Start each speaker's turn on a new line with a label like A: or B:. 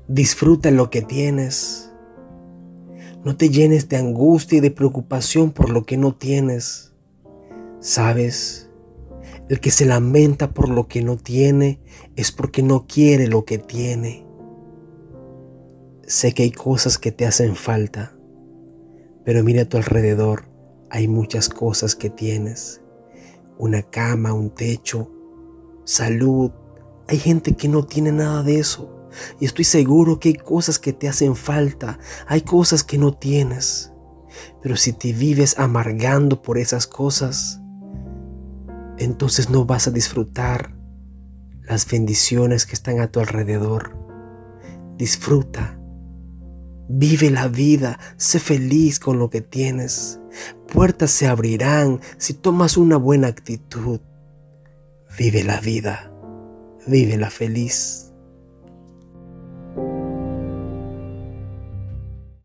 A: Disfruta lo que tienes. No te llenes de angustia y de preocupación por lo que no tienes. ¿Sabes? El que se lamenta por lo que no tiene es porque no quiere lo que tiene. Sé que hay cosas que te hacen falta, pero mira a tu alrededor, hay muchas cosas que tienes. Una cama, un techo, salud. Hay gente que no tiene nada de eso. Y estoy seguro que hay cosas que te hacen falta, hay cosas que no tienes. Pero si te vives amargando por esas cosas, entonces no vas a disfrutar las bendiciones que están a tu alrededor. Disfruta, vive la vida, sé feliz con lo que tienes. Puertas se abrirán si tomas una buena actitud. Vive la vida, vívela feliz.